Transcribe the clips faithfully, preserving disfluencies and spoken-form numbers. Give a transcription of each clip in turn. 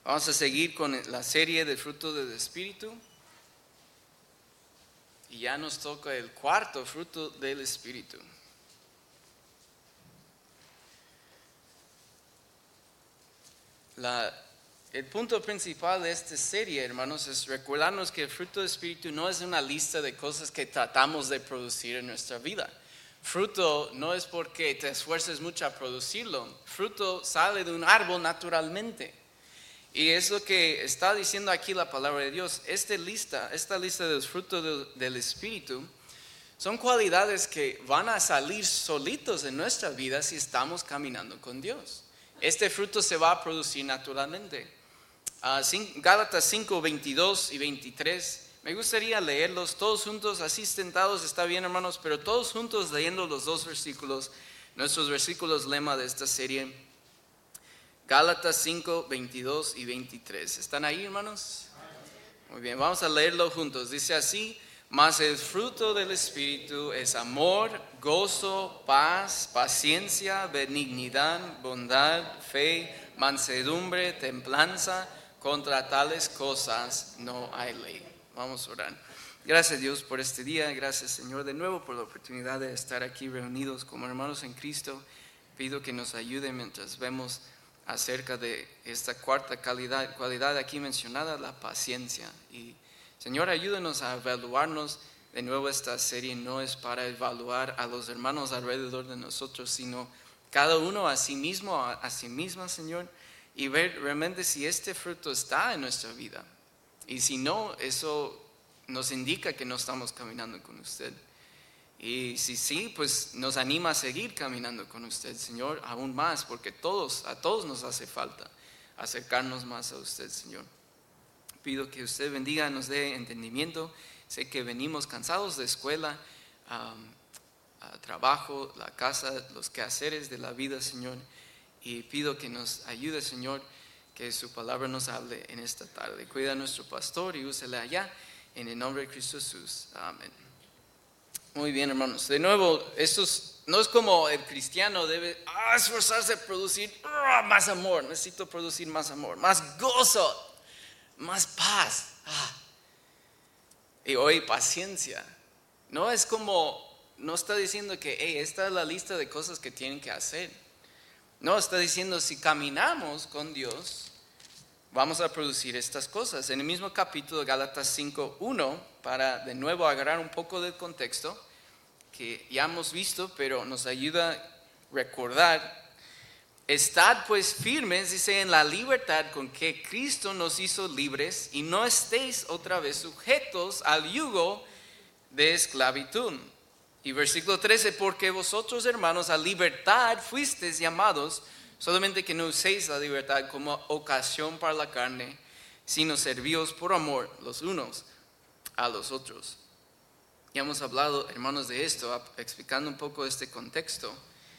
Vamos a seguir con la serie de fruto del Espíritu. Y ya nos toca el cuarto fruto del Espíritu. La, el punto principal de esta serie, hermanos, es recordarnos que el fruto del Espíritu no es una lista de cosas que tratamos de producir en nuestra vida. Fruto no es porque te esfuerces mucho a producirlo. Fruto sale de un árbol naturalmente. Y es lo que está diciendo aquí la palabra de Dios. Esta lista, esta lista de los frutos del, del Espíritu son cualidades que van a salir solitos en nuestra vida si estamos caminando con Dios. Este fruto se va a producir naturalmente. Uh, Gálatas cinco, veintidós y veintitrés. Me gustaría leerlos todos juntos, así sentados, está bien, hermanos, pero todos juntos leyendo los dos versículos, nuestros versículos lema de esta serie. Gálatas cinco, veintidós y veintitrés. ¿Están ahí, hermanos? Muy bien, vamos a leerlo juntos. Dice así: mas el fruto del Espíritu es amor, gozo, paz, paciencia, benignidad, bondad, fe, mansedumbre, templanza. Contra tales cosas no hay ley. Vamos a orar. Gracias, Dios, por este día. Gracias, Señor, de nuevo por la oportunidad de estar aquí reunidos como hermanos en Cristo. Pido que nos ayude mientras vemos acerca de esta cuarta cualidad, cualidad aquí mencionada, la paciencia. Y Señor, ayúdenos a evaluarnos. De nuevo, esta serie no es para evaluar a los hermanos alrededor de nosotros, sino cada uno a sí mismo, a, a sí misma, Señor, y ver realmente si este fruto está en nuestra vida. Y si no, eso nos indica que no estamos caminando con usted. Y si sí, pues nos anima a seguir caminando con usted, Señor, aún más, porque todos, a todos nos hace falta acercarnos más a usted, Señor. Pido que usted bendiga, nos dé entendimiento. Sé que venimos cansados de escuela, um, a trabajo, la casa, los quehaceres de la vida, Señor. Y pido que nos ayude, Señor, que su palabra nos hable en esta tarde. Cuida a nuestro pastor y úsele allá, en el nombre de Cristo Jesús. Amén. Muy bien, hermanos. De nuevo, esto es, no es como el cristiano debe ah, esforzarse a producir ah, más amor. Necesito producir más amor, más gozo, más paz. Ah. Y hoy paciencia. No es como, no está diciendo que hey, esta es la lista de cosas que tienen que hacer. No, está diciendo si caminamos con Dios, vamos a producir estas cosas. En el mismo capítulo, Gálatas cinco, uno, para de nuevo agarrar un poco del contexto que ya hemos visto, pero nos ayuda a recordar. Estad pues firmes, dice, en la libertad con que Cristo nos hizo libres, y no estéis otra vez sujetos al yugo de esclavitud. Y versículo trece, porque vosotros, hermanos, a libertad fuisteis llamados, solamente que no uséis la libertad como ocasión para la carne, sino servíos por amor los unos a los otros. Ya hemos hablado, hermanos, de esto, explicando un poco este contexto.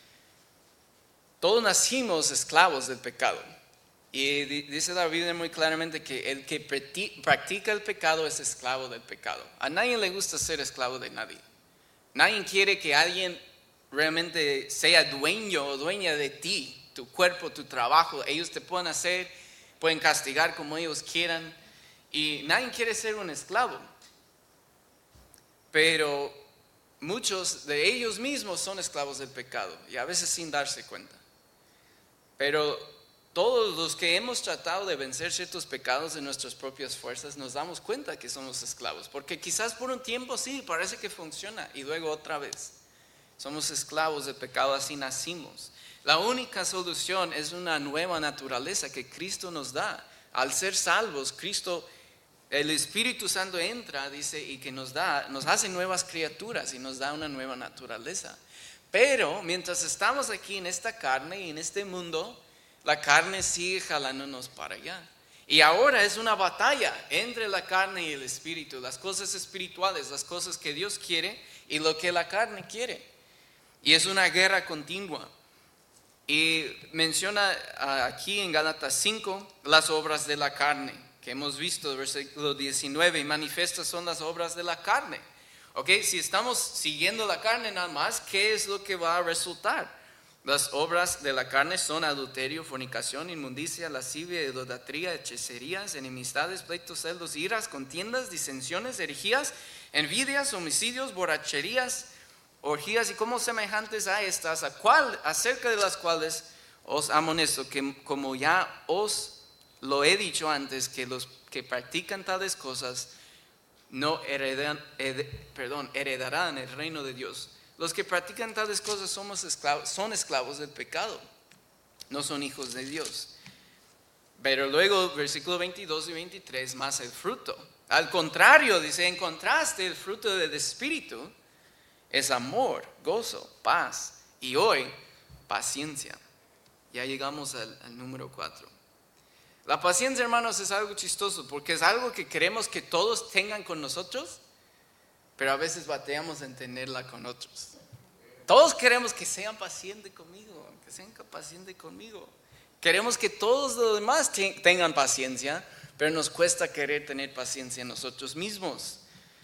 Todos nacimos esclavos del pecado. Y dice la Biblia muy claramente que el que practica el pecado es esclavo del pecado. A nadie le gusta ser esclavo de nadie. Nadie quiere que alguien realmente sea dueño o dueña de ti, tu cuerpo, tu trabajo. Ellos te pueden hacer, pueden castigar como ellos quieran. Y nadie quiere ser un esclavo. Pero muchos de ellos mismos son esclavos del pecado y a veces sin darse cuenta. Pero todos los que hemos tratado de vencer ciertos pecados en nuestras propias fuerzas nos damos cuenta que somos esclavos. Porque quizás por un tiempo sí, parece que funciona y luego otra vez. Somos esclavos del pecado, así nacimos. La única solución es una nueva naturaleza que Cristo nos da. Al ser salvos, Cristo, el Espíritu Santo entra, dice, y que nos da, nos hace nuevas criaturas y nos da una nueva naturaleza. Pero mientras estamos aquí en esta carne y en este mundo, la carne sigue jalándonos para allá. Y ahora es una batalla entre la carne y el Espíritu, las cosas espirituales, las cosas que Dios quiere y lo que la carne quiere. Y es una guerra continua. Y menciona aquí en Gálatas cinco las obras de la carne, que hemos visto, versículo diecinueve, y manifiestas son las obras de la carne. Ok, si estamos siguiendo la carne nada más, ¿qué es lo que va a resultar? Las obras de la carne son adulterio, fornicación, inmundicia, lascivia, idolatría, hechicerías, enemistades, pleitos, celos, iras, contiendas, disensiones, herejías, envidias, homicidios, borracherías, orgías y como semejantes a estas, a cual, acerca de las cuales os amonesto, que como ya os lo he dicho antes, que los que practican tales cosas no heredan, hered, perdón, heredarán el reino de Dios. Los que practican tales cosas somos esclavos, son esclavos del pecado, no son hijos de Dios. Pero luego, versículo veintidós y veintitrés, más el fruto. Al contrario, dice, en contraste, el fruto del Espíritu es amor, gozo, paz y hoy, paciencia. Ya llegamos al, al número cuatro. La paciencia, hermanos, es algo chistoso porque es algo que queremos que todos tengan con nosotros, pero a veces bateamos en tenerla con otros. Todos queremos que sean pacientes conmigo, que sean pacientes conmigo. Queremos que todos los demás tengan paciencia, pero nos cuesta querer tener paciencia nosotros mismos.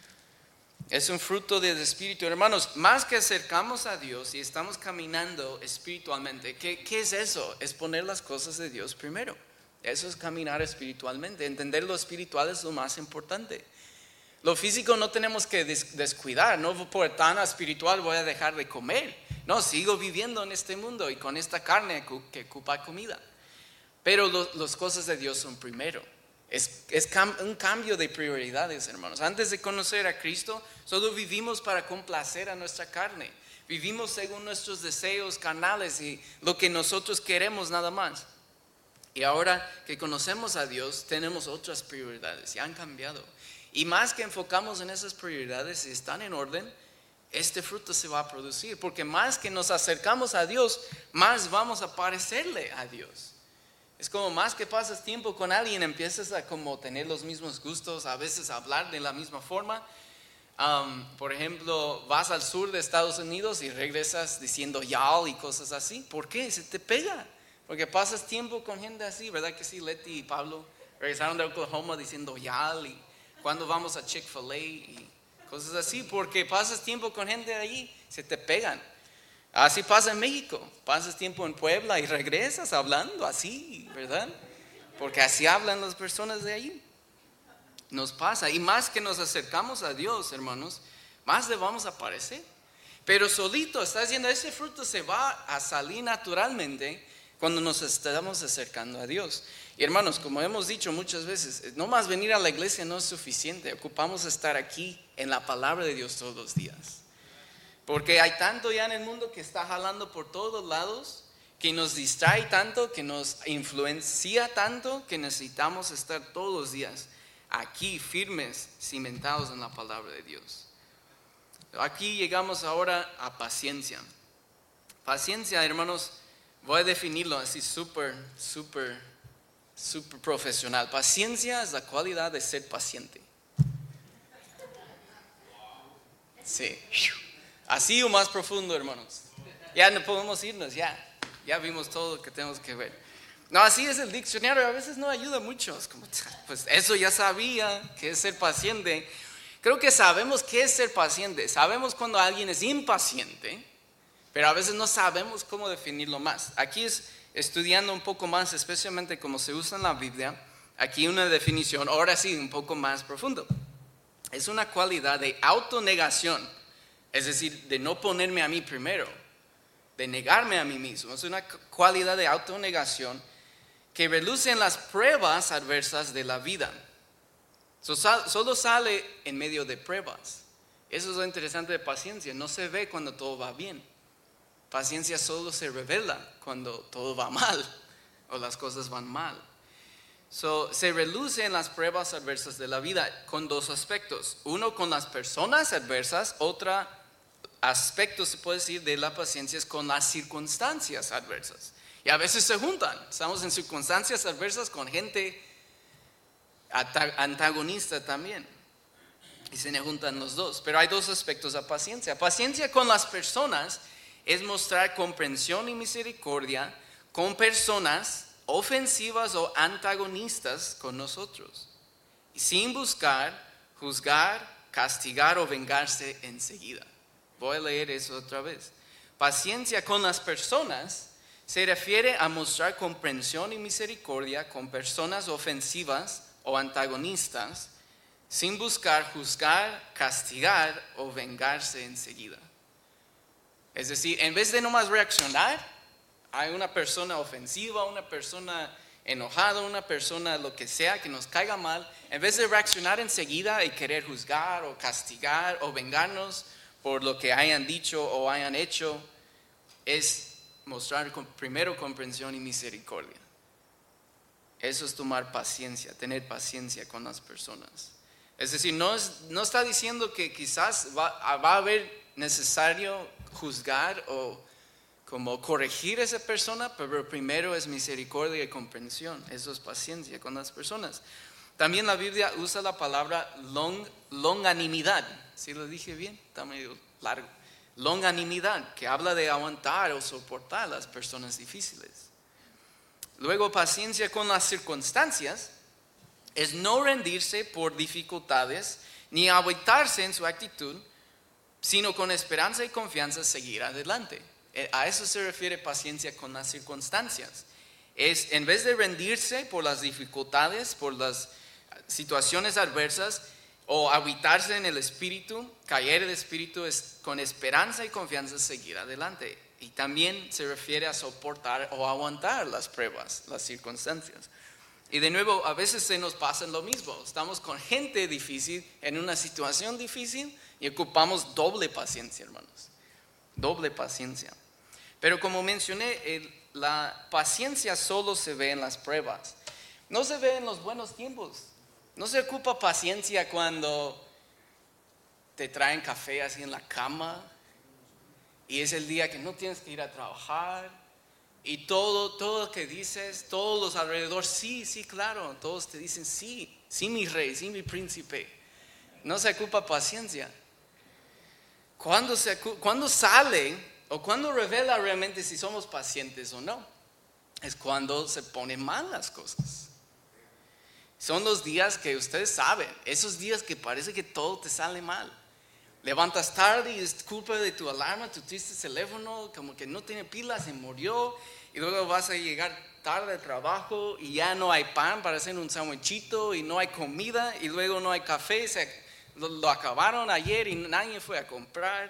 Es un fruto del Espíritu, hermanos. Más que acercamos a Dios y estamos caminando espiritualmente, ¿qué, qué es eso? Es poner las cosas de Dios primero. Eso es caminar espiritualmente. Entender lo espiritual es lo más importante. Lo físico no tenemos que descuidar. No por tan espiritual voy a dejar de comer. No, sigo viviendo en este mundo y con esta carne que ocupa comida. Pero lo, las cosas de Dios son primero. Es, es cam, un cambio de prioridades, hermanos. Antes de conocer a Cristo, solo vivimos para complacer a nuestra carne. Vivimos según nuestros deseos carnales y lo que nosotros queremos nada más. Y ahora que conocemos a Dios, tenemos otras prioridades y han cambiado. Y más que enfocamos en esas prioridades, si están en orden, este fruto se va a producir. Porque más que nos acercamos a Dios, más vamos a parecerle a Dios. Es como más que pasas tiempo con alguien, empiezas a como tener los mismos gustos, a veces a hablar de la misma forma. Um, por ejemplo, vas al sur de Estados Unidos y regresas diciendo y'all y cosas así. ¿Por qué? Se te pega. Porque pasas tiempo con gente así, ¿verdad que sí? Leti y Pablo regresaron de Oklahoma diciendo y'all y cuando vamos a Chick-fil-A y cosas así. Porque pasas tiempo con gente de allí, se te pegan. Así pasa en México. Pasas tiempo en Puebla y regresas hablando así, ¿verdad? Porque así hablan las personas de allí. Nos pasa. Y más que nos acercamos a Dios, hermanos, más le vamos a parecer. Pero solito, está diciendo, ese fruto se va a salir naturalmente cuando nos estamos acercando a Dios. Y hermanos, como hemos dicho muchas veces, no más venir a la iglesia no es suficiente. Ocupamos estar aquí en la palabra de Dios todos los días. Porque hay tanto ya en el mundo que está jalando por todos lados, que nos distrae tanto, que nos influencia tanto, que necesitamos estar todos los días aquí firmes, cimentados en la palabra de Dios. Aquí llegamos ahora a paciencia. Paciencia, hermanos, voy a definirlo así súper, súper, súper profesional. Paciencia es la cualidad de ser paciente. Sí. Así o más profundo, hermanos. Ya no podemos irnos, ya. Ya vimos todo lo que tenemos que ver. No, así es el diccionario. A veces no ayuda mucho. Es como, pues eso ya sabía que es ser paciente. Creo que sabemos qué es ser paciente. Sabemos cuando alguien es impaciente, pero a veces no sabemos cómo definirlo más. Aquí es estudiando un poco más, especialmente como se usa en la Biblia. Aquí una definición, ahora sí, un poco más profundo. Es una cualidad de autonegación. Es decir, de no ponerme a mí primero, de negarme a mí mismo. Es una cualidad de autonegación que reluce en las pruebas adversas de la vida. Solo sale en medio de pruebas. Eso es lo interesante de paciencia. No se ve cuando todo va bien. Paciencia solo se revela cuando todo va mal o las cosas van mal. So, se reluce en las pruebas adversas de la vida con dos aspectos. Uno con las personas adversas, otro aspecto se puede decir de la paciencia es con las circunstancias adversas. Y a veces se juntan. Estamos en circunstancias adversas con gente antagonista también. Y se juntan los dos. Pero hay dos aspectos a paciencia. Paciencia con las personas es mostrar comprensión y misericordia con personas ofensivas o antagonistas con nosotros, sin buscar, juzgar, castigar o vengarse enseguida. Voy a leer eso otra vez. Paciencia con las personas se refiere a mostrar comprensión y misericordia con personas ofensivas o antagonistas, sin buscar juzgar, castigar o vengarse enseguida. Es decir, en vez de nomás reaccionar a una persona ofensiva, una persona enojada, una persona lo que sea que nos caiga mal, en vez de reaccionar enseguida y querer juzgar o castigar o vengarnos por lo que hayan dicho o hayan hecho, es mostrar primero comprensión y misericordia. Eso es tomar paciencia, tener paciencia con las personas. Es decir, no, es, no está diciendo que quizás va, va a haber necesario juzgar o como corregir a esa persona, pero primero es misericordia y comprensión. Eso es paciencia con las personas. También la Biblia usa la palabra long, longanimidad. ¿Sí lo dije bien? Está medio largo. Longanimidad, que habla de aguantar o soportar a las personas difíciles. Luego, paciencia con las circunstancias es no rendirse por dificultades ni aguitarse en su actitud, sino con esperanza y confianza seguir adelante. A eso se refiere paciencia con las circunstancias. Es en vez de rendirse por las dificultades, por las situaciones adversas, o habitarse en el espíritu, caer el espíritu es con esperanza y confianza seguir adelante. Y también se refiere a soportar o aguantar las pruebas, las circunstancias. Y de nuevo, a veces se nos pasa lo mismo. Estamos con gente difícil, en una situación difícil, y ocupamos doble paciencia, hermanos. Doble paciencia. Pero como mencioné, el, la paciencia solo se ve en las pruebas. No se ve en los buenos tiempos. No se ocupa paciencia cuando te traen café así en la cama y es el día que no tienes que ir a trabajar y todo, todo lo que dices, todos los alrededor, sí, sí, claro, todos te dicen sí, sí mi rey, sí mi príncipe. No se ocupa paciencia. Cuando, se, cuando sale o cuando revela realmente si somos pacientes o no, es cuando se ponen mal las cosas. Son los días que ustedes saben, esos días que parece que todo te sale mal. Levantas tarde y es culpa de tu alarma, tu triste teléfono, como que no tiene pilas, se murió. Y luego vas a llegar tarde al trabajo y ya no hay pan para hacer un sandwichito y no hay comida. Y luego no hay café, se, lo, lo acabaron ayer y nadie fue a comprar.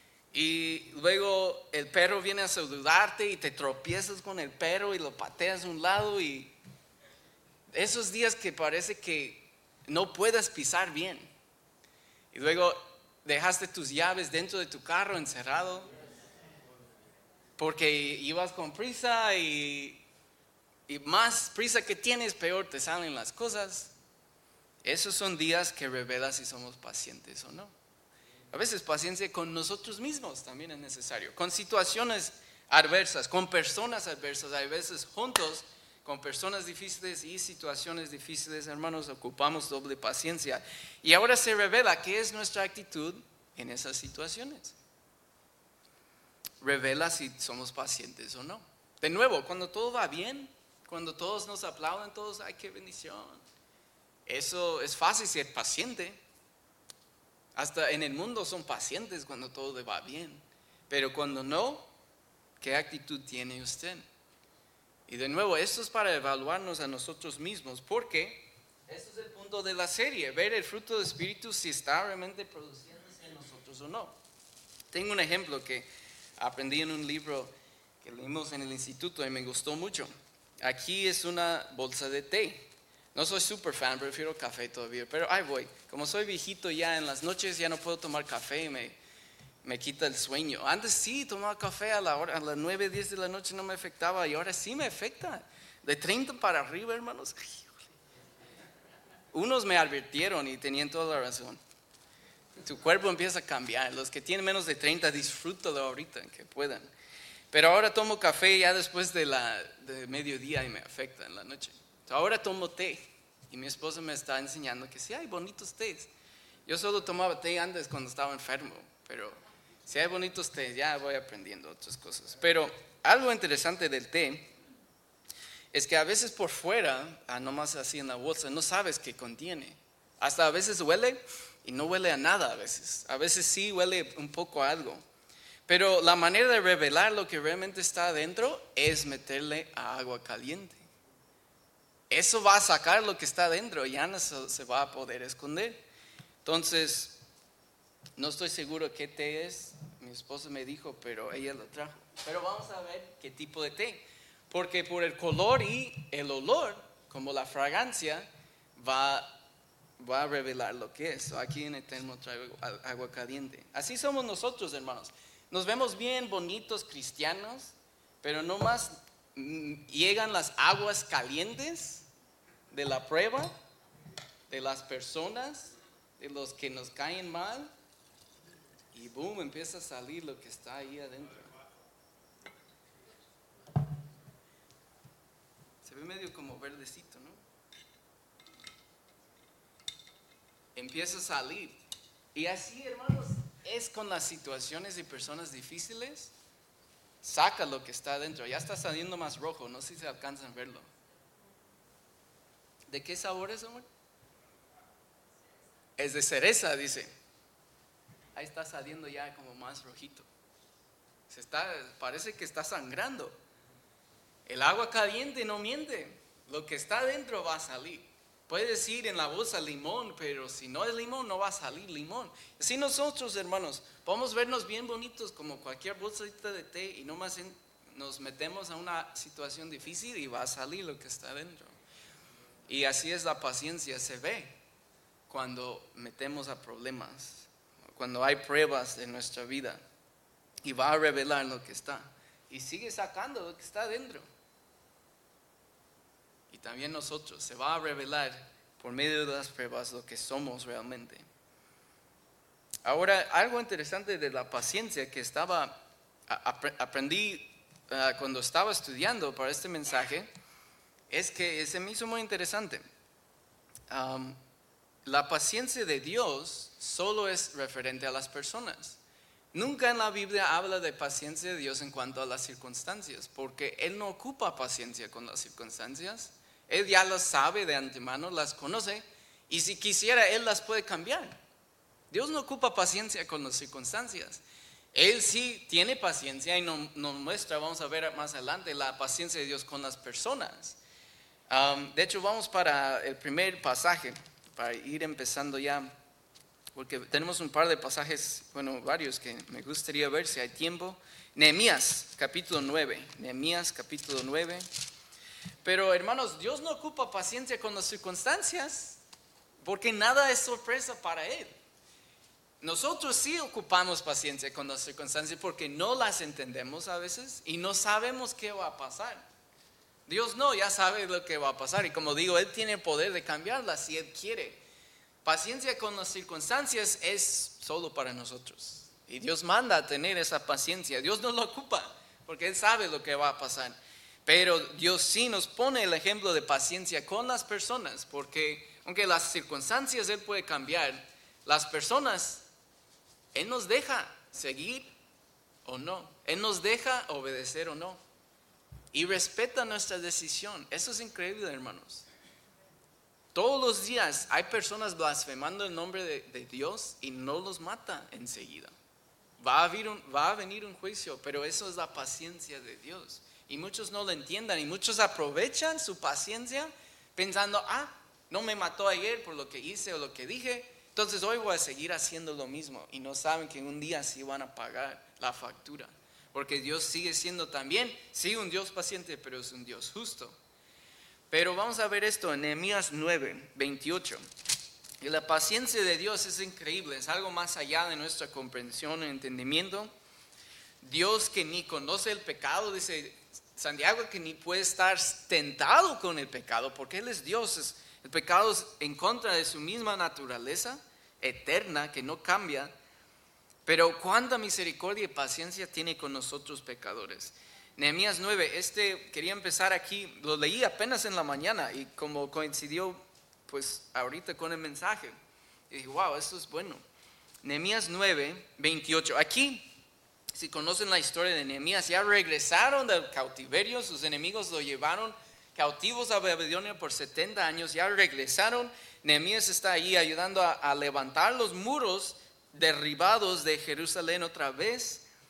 Y luego el perro viene a saludarte y te tropiezas con el perro y lo pateas a un lado y... Esos días que parece que no puedas pisar bien. Y luego dejaste tus llaves dentro de tu carro encerrado. Porque ibas con prisa y, y más prisa que tienes, peor te salen las cosas. Esos son días que revelan si somos pacientes o no. A veces paciencia con nosotros mismos también es necesario. Con situaciones adversas, con personas adversas, a veces juntos. Con personas difíciles y situaciones difíciles, hermanos, ocupamos doble paciencia. Y ahora se revela qué es nuestra actitud en esas situaciones. Revela si somos pacientes o no. De nuevo, cuando todo va bien, cuando todos nos aplauden, todos, ¡ay, qué bendición! Eso es fácil ser paciente. Hasta en el mundo son pacientes cuando todo va bien. Pero cuando no, ¿qué actitud tiene usted? Y de nuevo, esto es para evaluarnos a nosotros mismos, porque este es el punto de la serie, ver el fruto del Espíritu si está realmente produciéndose en nosotros o no. Tengo un ejemplo que aprendí en un libro que leímos en el instituto y me gustó mucho. Aquí es una bolsa de té. No soy súper fan, prefiero café todavía, pero ahí voy. Como soy viejito ya en las noches ya no puedo tomar café y me... me quita el sueño. Antes sí tomaba café a, la hora, a las nueve, diez de la noche, no me afectaba y ahora sí me afecta. De treinta para arriba, hermanos. Unos me advirtieron y tenían toda la razón. Tu cuerpo empieza a cambiar. Los que tienen menos de treinta, disfrútalo ahorita, que puedan. Pero ahora tomo café ya después de, la, de mediodía y me afecta en la noche. Ahora tomo té y mi esposa me está enseñando que sí hay bonitos tés. Yo solo tomaba té antes cuando estaba enfermo, pero... si hay bonitos té, ya voy aprendiendo otras cosas. Pero algo interesante del té es que a veces por fuera, ah, nomás así en la bolsa, no sabes qué contiene. Hasta a veces huele y no huele a nada a veces. A veces sí huele un poco a algo. Pero la manera de revelar lo que realmente está adentro es meterle a agua caliente. Eso va a sacar lo que está adentro, ya no se, se va a poder esconder. Entonces, no estoy seguro qué té es, mi esposa me dijo, pero ella lo trajo. Pero vamos a ver qué tipo de té, porque por el color y el olor, como la fragancia, va, va a revelar lo que es. Aquí en el termo traigo agua caliente. Así somos nosotros, hermanos. Nos vemos bien bonitos cristianos, pero no más llegan las aguas calientes de la prueba, de las personas, de los que nos caen mal, y boom, empieza a salir lo que está ahí adentro. Se ve medio como verdecito, ¿no? Empieza a salir. Y así, hermanos, es con las situaciones y personas difíciles. Saca lo que está adentro. Ya está saliendo más rojo. No sé si se alcanzan a verlo. ¿De qué sabor es, amor? Es de cereza, dice. Ahí está saliendo ya como más rojito. Se está, parece que está sangrando. El agua caliente no miente. Lo que está adentro va a salir. Puede decir en la bolsa limón, pero si no es limón, no va a salir limón. Así nosotros, hermanos, podemos vernos bien bonitos como cualquier bolsita de té y nomás en, nos metemos a una situación difícil y va a salir lo que está adentro. Y así es la paciencia, se ve cuando metemos a problemas, cuando hay pruebas en nuestra vida, y va a revelar lo que está. Y sigue sacando lo que está adentro. Y también nosotros, se va a revelar por medio de las pruebas lo que somos realmente. Ahora, algo interesante de la paciencia que estaba, aprendí uh, cuando estaba estudiando para este mensaje, es que se me hizo muy interesante. Um, la paciencia de Dios solo es referente a las personas. Nunca en la Biblia habla de paciencia de Dios en cuanto a las circunstancias, porque Él no ocupa paciencia con las circunstancias. Él ya las sabe de antemano, las conoce, y si quisiera, Él las puede cambiar. Dios no ocupa paciencia con las circunstancias. Él sí tiene paciencia y nos, nos muestra, vamos a ver más adelante, la paciencia de Dios con las personas. Um, de hecho, vamos para el primer pasaje, para ir empezando ya, porque tenemos un par de pasajes, bueno, varios que me gustaría ver si hay tiempo. Nehemías, capítulo nueve. Nehemías, capítulo nueve. Pero hermanos, Dios no ocupa paciencia con las circunstancias, porque nada es sorpresa para Él. Nosotros sí ocupamos paciencia con las circunstancias porque no las entendemos a veces y no sabemos qué va a pasar. Dios no, ya sabe lo que va a pasar, y como digo, Él tiene el poder de cambiarlas si Él quiere. Paciencia con las circunstancias es solo para nosotros, y Dios manda a tener esa paciencia. Dios no lo ocupa porque Él sabe lo que va a pasar. Pero Dios sí nos pone el ejemplo de paciencia con las personas, porque aunque las circunstancias Él puede cambiar, las personas, Él nos deja seguir o no. Él nos deja obedecer o no. Y respeta nuestra decisión. Eso es increíble, hermanos. Todos los días hay personas blasfemando el nombre de, de Dios y no los mata enseguida. Va a, haber un, va a venir un juicio, pero eso es la paciencia de Dios. Y muchos no lo entiendan, y muchos aprovechan su paciencia pensando, ah, no me mató ayer por lo que hice o lo que dije, entonces hoy voy a seguir haciendo lo mismo. Y no saben que un día sí van a pagar la factura, porque Dios sigue siendo también, sí, un Dios paciente, pero es un Dios justo. Pero vamos a ver esto en Nehemías nueve, veintiocho. Y la paciencia de Dios es increíble, es algo más allá de nuestra comprensión y entendimiento. Dios que ni conoce el pecado, dice Santiago, que ni puede estar tentado con el pecado, porque Él es Dios. El pecado es en contra de su misma naturaleza eterna, que no cambia. Pero cuánta misericordia y paciencia tiene con nosotros pecadores. Nehemías nueve, este quería empezar aquí, lo leí apenas en la mañana, y como coincidió pues ahorita con el mensaje, y dije, wow, esto es bueno. Nehemías nueve, veintiocho. Aquí, si conocen la historia de Nehemías, ya regresaron del cautiverio, sus enemigos lo llevaron cautivos a Babilonia por setenta años, ya regresaron. Nehemías está ahí ayudando a, a levantar los muros derribados de Jerusalén otra vez.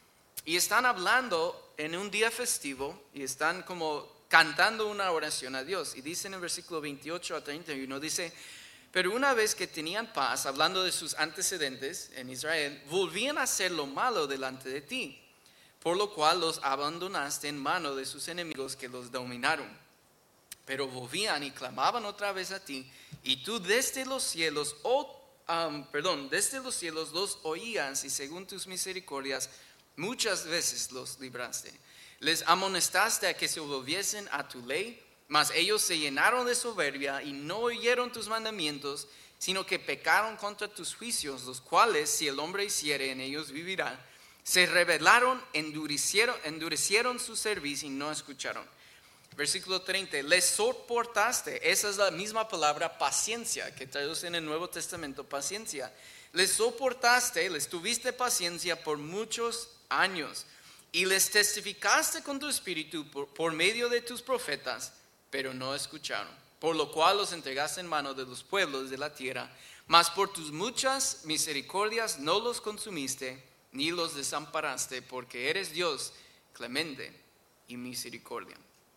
y están hablando en un día festivo y están como cantando una oración a Dios. Y dice en el versículo veintiocho a treinta y uno, dice: pero una vez que tenían paz, hablando de sus antecedentes en Israel, volvían a hacer lo malo delante de ti, por lo cual los abandonaste en mano de sus enemigos que los dominaron. Pero volvían y clamaban otra vez a ti, y tú desde los cielos, oh, um, perdón, desde los cielos los oías, y según tus misericordias muchas veces los libraste. Les amonestaste a que se volviesen a tu ley, mas ellos se llenaron de soberbia y no oyeron tus mandamientos, sino que pecaron contra tus juicios, los cuales, si el hombre hiciere, en ellos vivirá. Se rebelaron, endurecieron, endurecieron su cerviz y no escucharon. Versículo treinta, les soportaste. Esa es la misma palabra paciencia que traduce en el Nuevo Testamento, paciencia. Les soportaste, les tuviste paciencia por muchos años y les testificaste con tu espíritu por, por medio de tus profetas, pero no escucharon, por lo cual los entregaste en manos de los pueblos de la tierra, mas por tus muchas misericordias no los consumiste, ni los desamparaste, porque eres Dios clemente y misericordia.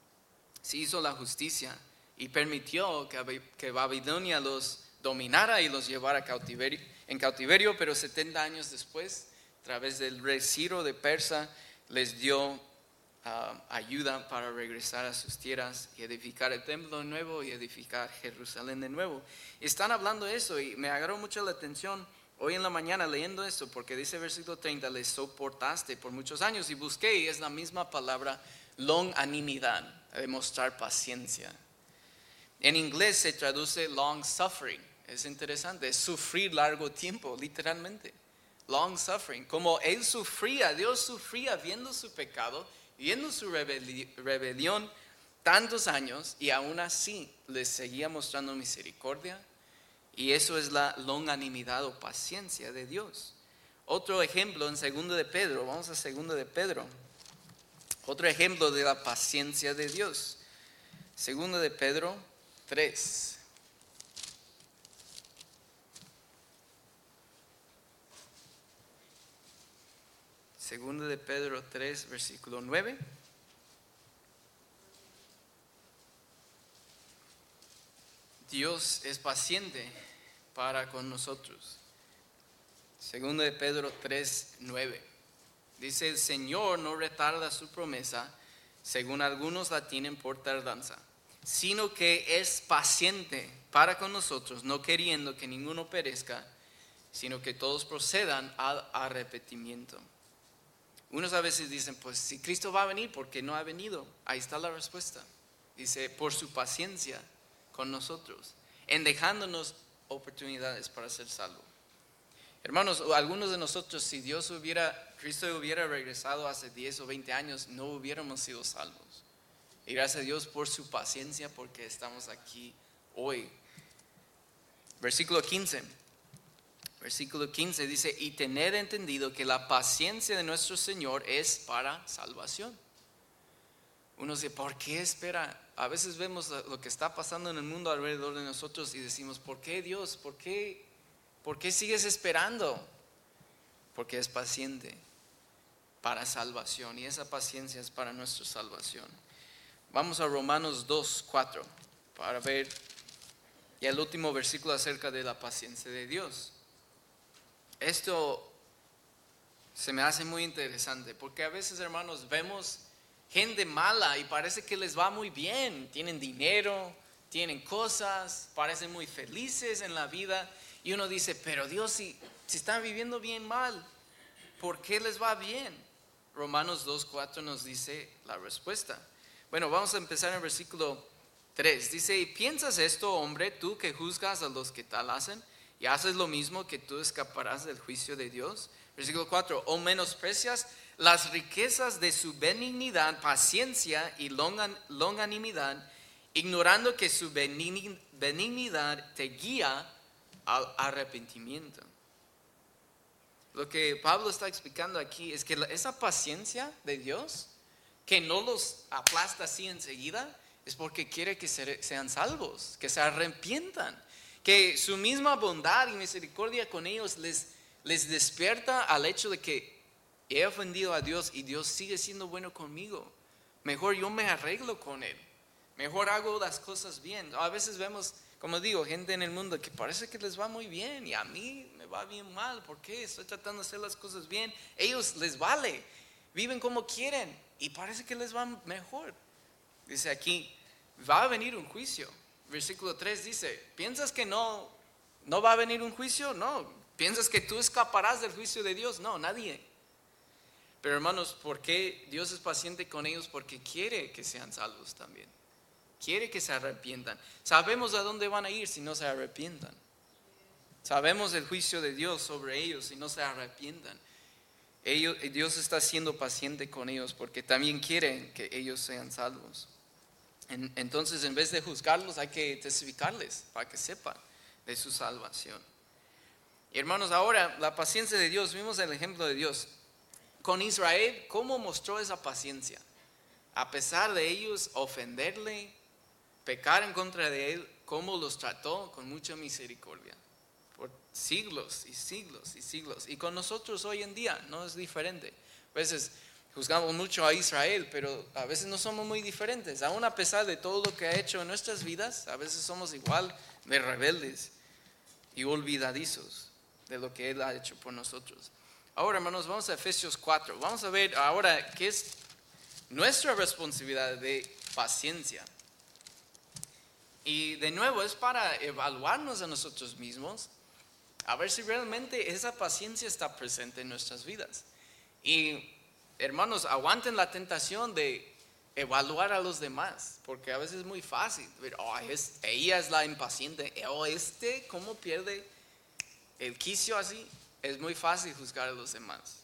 Se hizo la justicia y permitió que, que Babilonia los dominara y los llevara cautiverio, en cautiverio, pero setenta años después, a través del rey Ciro de Persia, les dio Uh, ayuda para regresar a sus tierras y edificar el templo de nuevo y edificar Jerusalén de nuevo. Y están hablando de eso y me agarró mucho la atención hoy en la mañana leyendo esto, porque dice versículo treinta, les soportaste por muchos años, y busqué y es la misma palabra longanimidad, demostrar paciencia. En inglés se traduce long suffering, es interesante, es sufrir largo tiempo, literalmente. Long suffering, como él sufría, Dios sufría viendo su pecado, viendo su rebeli- rebelión tantos años, y aún así les seguía mostrando misericordia. Y eso es la longanimidad o paciencia de Dios. Otro ejemplo en segundo de Pedro, vamos a segundo de Pedro. Otro ejemplo de la paciencia de Dios. segundo de Pedro tres. Segundo de Pedro tres, versículo nueve. Dios es paciente para con nosotros. Segundo de Pedro tres, nueve. Dice: el Señor no retarda su promesa, según algunos la tienen por tardanza, sino que es paciente para con nosotros, no queriendo que ninguno perezca, sino que todos procedan al arrepentimiento. Unos a veces dicen: pues si Cristo va a venir, ¿por qué no ha venido? Ahí está la respuesta. Dice: por su paciencia con nosotros, en dejándonos oportunidades para ser salvos. Hermanos, algunos de nosotros, si Dios hubiera, Cristo hubiera regresado hace diez o veinte años, no hubiéramos sido salvos. Y gracias a Dios por su paciencia, porque estamos aquí hoy. Versículo quince. Versículo quince dice: y tener entendido que la paciencia de nuestro Señor es para salvación. Uno dice: ¿por qué espera? A veces vemos lo que está pasando en el mundo alrededor de nosotros y decimos: ¿por qué, Dios? ¿Por qué, por qué sigues esperando? Porque es paciente para salvación, y esa paciencia es para nuestra salvación. Vamos a Romanos dos, cuatro para ver ya el último versículo acerca de la paciencia de Dios. Esto se me hace muy interesante, porque a veces, hermanos, vemos gente mala y parece que les va muy bien, tienen dinero, tienen cosas, parecen muy felices en la vida, y uno dice: pero Dios, si, si están viviendo bien mal, ¿por qué les va bien? Romanos dos, cuatro nos dice la respuesta. Bueno, vamos a empezar en el versículo tres. Dice: ¿y piensas esto, hombre, tú que juzgas a los que tal hacen, y haces lo mismo, que tú escaparás del juicio de Dios? Versículo cuatro: ¿o menosprecias las riquezas de su benignidad, paciencia y longan, longanimidad, ignorando que su benignidad te guía al arrepentimiento? Lo que Pablo está explicando aquí es que esa paciencia de Dios, que no los aplasta así enseguida, es porque quiere que sean salvos, que se arrepientan, que su misma bondad y misericordia con ellos les, les despierta al hecho de que he ofendido a Dios y Dios sigue siendo bueno conmigo. Mejor yo me arreglo con Él. Mejor hago las cosas bien. A veces vemos, como digo, gente en el mundo que parece que les va muy bien y a mí me va bien mal. ¿Por qué? Estoy tratando de hacer las cosas bien. Ellos les vale. Viven como quieren y parece que les va mejor. Dice aquí, va a venir un juicio. Versículo tres dice, ¿piensas que no, no va a venir un juicio? No. ¿Piensas que tú escaparás del juicio de Dios? No, nadie. Pero hermanos, ¿por qué Dios es paciente con ellos? Porque quiere que sean salvos también. Quiere que se arrepientan. Sabemos a dónde van a ir si no se arrepientan. Sabemos el juicio de Dios sobre ellos si no se arrepientan. Ellos, Dios está siendo paciente con ellos porque también quieren que ellos sean salvos. En, entonces, en vez de juzgarlos, hay que testificarles para que sepan de su salvación. Y hermanos, ahora la paciencia de Dios, vimos el ejemplo de Dios con Israel. ¿Cómo mostró esa paciencia? A pesar de ellos ofenderle, pecar en contra de Él, ¿cómo los trató? Con mucha misericordia. Por siglos y siglos y siglos. Y con nosotros hoy en día no es diferente. A veces juzgamos mucho a Israel, pero a veces no somos muy diferentes. Aún a pesar de todo lo que ha hecho en nuestras vidas, a veces somos igual de rebeldes y olvidadizos de lo que Él ha hecho por nosotros. Ahora, hermanos, vamos a Efesios cuatro. Vamos a ver ahora qué es nuestra responsabilidad de paciencia. Y de nuevo es para evaluarnos a nosotros mismos, a ver si realmente esa paciencia está presente en nuestras vidas. Y hermanos, aguanten la tentación de evaluar a los demás, porque a veces es muy fácil ver, oh, es, ella es la impaciente, o oh, este, ¿cómo pierde el quicio así? Es muy fácil juzgar a los demás.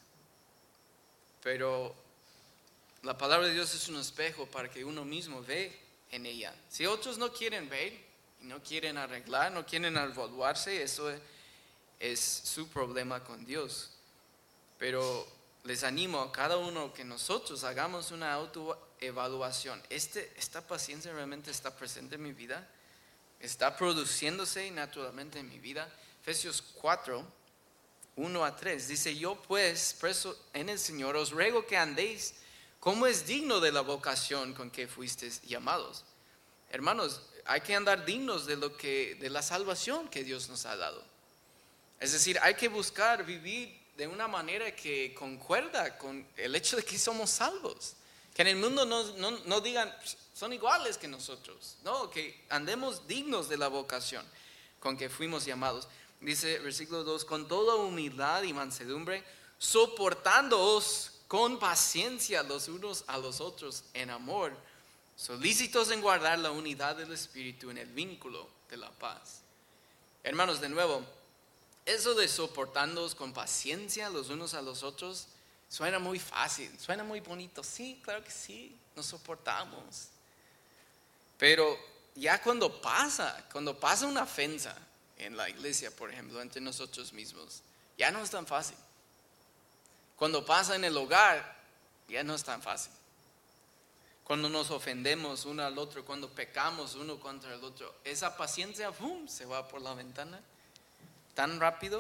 Pero la palabra de Dios es un espejo para que uno mismo ve en ella. Si otros no quieren ver y no quieren arreglar, no quieren evaluarse, eso es, es su problema con Dios. Pero les animo a cada uno que nosotros hagamos una autoevaluación. Este, ¿Esta paciencia realmente está presente en mi vida? ¿Está produciéndose naturalmente en mi vida? Efesios cuatro, uno a tres dice, yo pues, preso en el Señor, os ruego que andéis como es digno de la vocación con que fuisteis llamados. Hermanos, hay que andar dignos de lo que, de la salvación que Dios nos ha dado. Es decir, hay que buscar vivir de una manera que concuerda con el hecho de que somos salvos. Que en el mundo no, no, no digan, son iguales que nosotros. No, que andemos dignos de la vocación con que fuimos llamados. Dice versículo dos, con toda humildad y mansedumbre, soportándoos con paciencia los unos a los otros en amor, solícitos en guardar la unidad del Espíritu en el vínculo de la paz. Hermanos, de nuevo, eso de soportándoos con paciencia los unos a los otros, suena muy fácil, suena muy bonito. Sí, claro que sí, nos soportamos. Pero ya cuando pasa, cuando pasa una ofensa en la iglesia, por ejemplo, entre nosotros mismos, ya no es tan fácil. Cuando pasa en el hogar, ya no es tan fácil. Cuando nos ofendemos uno al otro, cuando pecamos uno contra el otro, esa paciencia, ¡pum!, se va por la ventana tan rápido.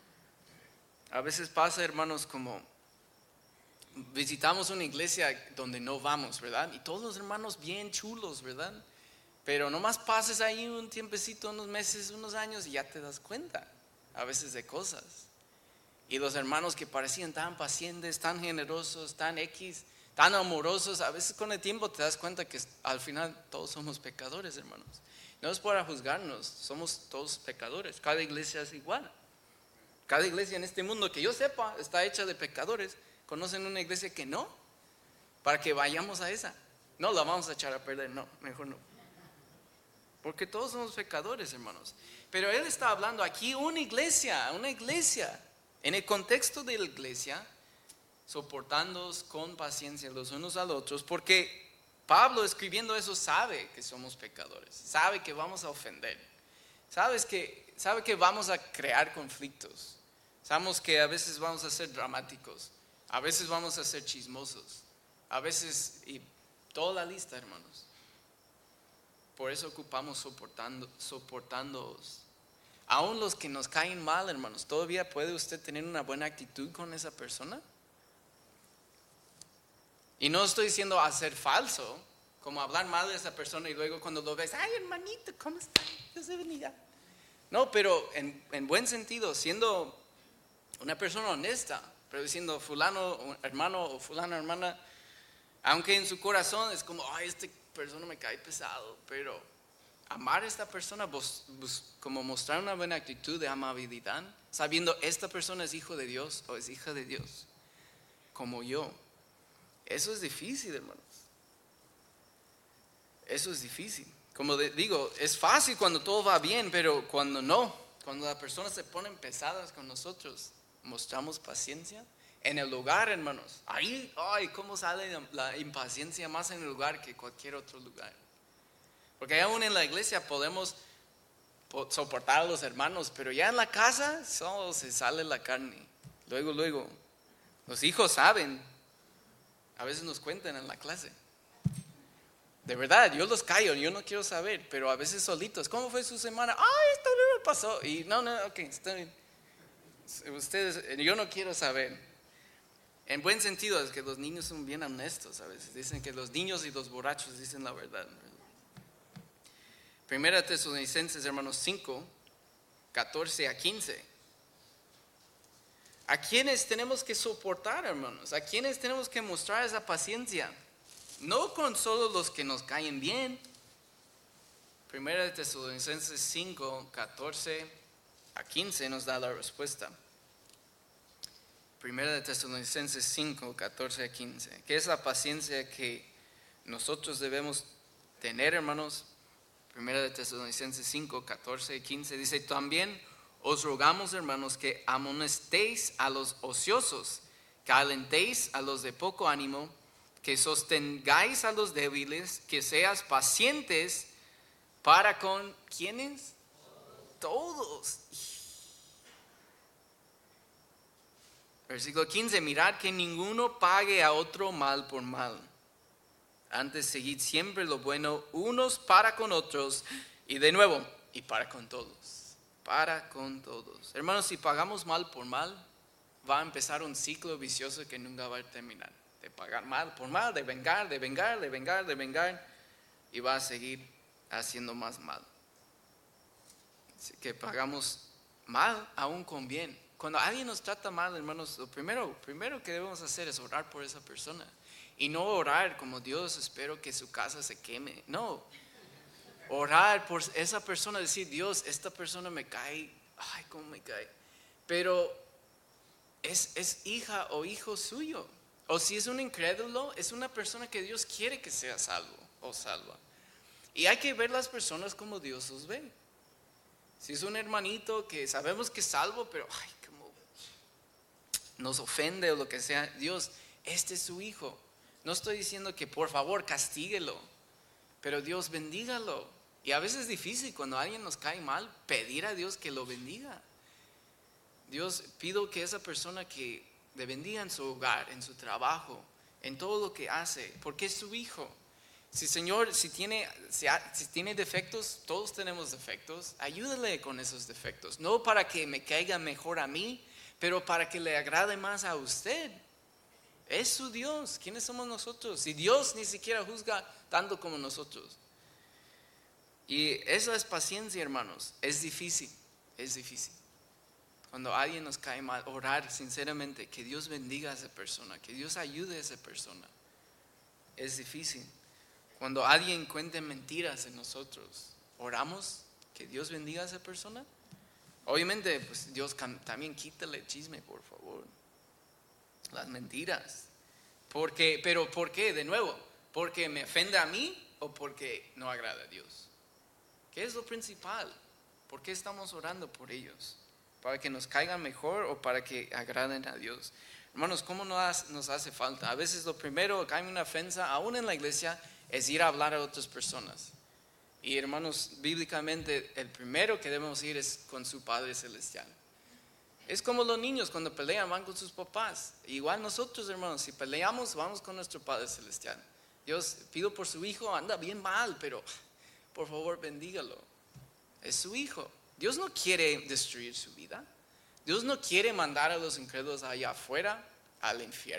A veces pasa, hermanos, como visitamos una iglesia donde no vamos, ¿verdad? Y todos los hermanos bien chulos, ¿verdad? Pero nomás pases ahí un tiempecito, unos meses, unos años y ya te das cuenta a veces de cosas. Y los hermanos que parecían tan pacientes, tan generosos, tan X, tan amorosos, a veces con el tiempo te das cuenta que al final todos somos pecadores, hermanos. No es para juzgarnos, somos todos pecadores. Cada iglesia es igual. Cada iglesia en este mundo que yo sepa está hecha de pecadores. ¿Conocen una iglesia que no? Para que vayamos a esa. No la vamos a echar a perder, no, mejor no. Porque todos somos pecadores, hermanos. Pero él está hablando aquí una iglesia, una iglesia. En el contexto de la iglesia, soportándonos con paciencia los unos a los otros, porque Pablo escribiendo eso sabe que somos pecadores, sabe que vamos a ofender, sabes que, sabe que vamos a crear conflictos, sabemos que a veces vamos a ser dramáticos, a veces vamos a ser chismosos, a veces, y toda la lista, hermanos. Por eso ocupamos soportando, soportándoos. Aún los que nos caen mal, hermanos, ¿todavía puede usted tener una buena actitud con esa persona? Y no estoy diciendo hacer falso, como hablar mal de esa persona y luego cuando lo ves, ay hermanito, ¿cómo está? Dios te bendiga. No, pero en, en buen sentido, siendo una persona honesta, pero diciendo fulano hermano o fulana hermana, aunque en su corazón es como, ay, esta persona me cae pesado, pero amar a esta persona, bus, bus, como mostrar una buena actitud de amabilidad, sabiendo esta persona es hijo de Dios o es hija de Dios, como yo. Eso es difícil, hermanos. Eso es difícil. Como de, digo, es fácil cuando todo va bien, pero cuando no, cuando las personas se ponen pesadas con nosotros, mostramos paciencia. En el lugar, hermanos, ahí, ay, cómo sale la impaciencia más en el lugar que cualquier otro lugar. Porque aún en la iglesia podemos soportar a los hermanos, pero ya en la casa solo se sale la carne. Luego, luego, los hijos saben, a veces nos cuentan en la clase. De verdad, yo los callo, yo no quiero saber, pero a veces solitos, ¿cómo fue su semana? Ay, esto no pasó. Y no, no, ok, está bien. Ustedes, yo no quiero saber. En buen sentido, es que los niños son bien honestos a veces. Dicen que los niños y los borrachos dicen la verdad. Primera Tesalonicenses, hermanos, cinco, catorce a quince. ¿A quiénes tenemos que soportar, hermanos? ¿A quiénes tenemos que mostrar esa paciencia? No con solo los que nos caen bien. Primera de Tesalonicenses cinco, catorce a quince nos da la respuesta. Primera de Tesalonicenses cinco, catorce a quince. ¿Qué es la paciencia que nosotros debemos tener, hermanos? Primera de Tesalonicenses cinco, catorce y quince dice: también os rogamos, hermanos, que amonestéis a los ociosos, que alentéis a los de poco ánimo, que sostengáis a los débiles, que seas pacientes para con ¿quiénes? Todos. Versículo quince: mirad que ninguno pague a otro mal por mal. Antes seguid siempre lo bueno unos para con otros, y de nuevo, y para con todos. Para con todos. Hermanos, si pagamos mal por mal, va a empezar un ciclo vicioso que nunca va a terminar. De pagar mal por mal, de vengar, de vengar, de vengar, de vengar, y va a seguir haciendo más mal. Así que pagamos mal aún con bien. Cuando alguien nos trata mal, hermanos, lo primero, primero que debemos hacer es orar por esa persona. Y no orar como Dios, espero que su casa se queme. No, orar por esa persona, decir, Dios, esta persona me cae, ay, cómo me cae. Pero es, es hija o hijo suyo. O si es un incrédulo, es una persona que Dios quiere que sea salvo o salva. Y hay que ver las personas como Dios los ve. Si es un hermanito que sabemos que es salvo, pero ay, como nos ofende o lo que sea, Dios, este es su hijo. No estoy diciendo que por favor castíguelo, pero Dios bendígalo. Y a veces es difícil cuando alguien nos cae mal pedir a Dios que lo bendiga. Dios, pido que esa persona que le bendiga en su hogar, en su trabajo, en todo lo que hace, porque es su hijo. Si Señor, si tiene, si, ha, si tiene defectos, todos tenemos defectos, ayúdale con esos defectos. No para que me caiga mejor a mí, pero para que le agrade más a usted. Es su Dios. ¿Quiénes somos nosotros? Si Dios ni siquiera juzga tanto como nosotros. Y eso es paciencia, hermanos. Es difícil, es difícil. Cuando alguien nos cae mal, orar sinceramente, que Dios bendiga a esa persona, que Dios ayude a esa persona. Es difícil. Cuando alguien cuente mentiras en nosotros, oramos que Dios bendiga a esa persona. Obviamente, pues Dios también quítale el chisme, por favor. Las mentiras. Porque, pero ¿por qué? De nuevo, ¿porque me ofende a mí o porque no agrada a Dios? ¿Qué es lo principal? ¿Por qué estamos orando por ellos? ¿Para que nos caigan mejor o para que agraden a Dios? Hermanos, ¿cómo nos hace falta? A veces lo primero que hay una ofensa, aún en la iglesia, es ir a hablar a otras personas. Y hermanos, bíblicamente el primero que debemos ir es con su Padre Celestial. Es como los niños cuando pelean van con sus papás. Igual nosotros, hermanos, si peleamos vamos con nuestro Padre Celestial. Dios, pido por su hijo, anda bien mal, pero por favor bendígalo. Es su hijo. Dios no quiere destruir su vida. Dios no quiere mandar a los incrédulos allá afuera al infierno.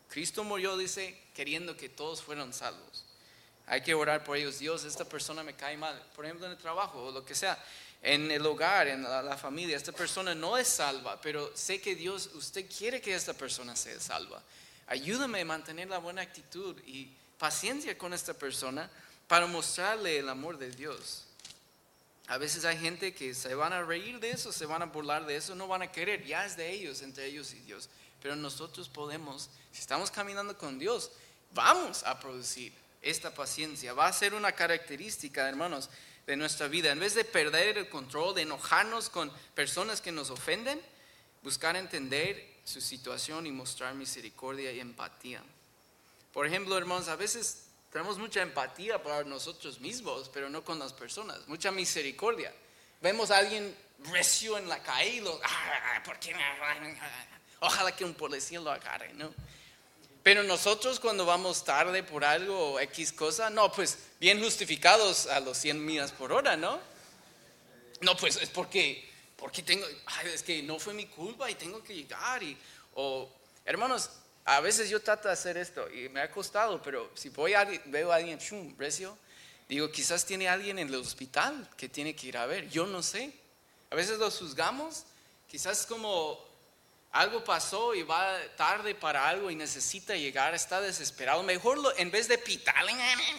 Cristo murió, dice, queriendo que todos fueran salvos. Hay que orar por ellos. Dios, esta persona me cae mal, por ejemplo en el trabajo o lo que sea, en el hogar, en la, la familia. Esta persona no es salva, pero sé que Dios, usted quiere que esta persona sea salva. Ayúdame a mantener la buena actitud y paciencia con esta persona para mostrarle el amor de Dios. A veces hay gente que se van a reír de eso, se van a burlar de eso, no van a querer, ya es de ellos, entre ellos y Dios. Pero nosotros podemos, si estamos caminando con Dios, vamos a producir esta paciencia. Va a ser una característica, hermanos, de nuestra vida. En vez de perder el control, de enojarnos con personas que nos ofenden, buscar entender su situación y mostrar misericordia y empatía. Por ejemplo, hermanos, a veces tenemos mucha empatía para nosotros mismos, pero no con las personas. Mucha misericordia. Vemos a alguien recio en la calle y lo, ah, ¿por qué? Ojalá que un policía lo agarre, ¿no? Pero nosotros cuando vamos tarde por algo o X cosa, no, pues bien justificados a los cien millas por hora, ¿no? No, pues es porque, porque tengo, ay, es que no fue mi culpa y tengo que llegar. Y, o, hermanos, a veces yo trato de hacer esto y me ha costado, pero si voy a, veo a alguien shum, recio, digo, quizás tiene alguien en el hospital que tiene que ir a ver, yo no sé. A veces los juzgamos, quizás como algo pasó y va tarde para algo y necesita llegar, está desesperado. Mejor lo, en vez de pitarle,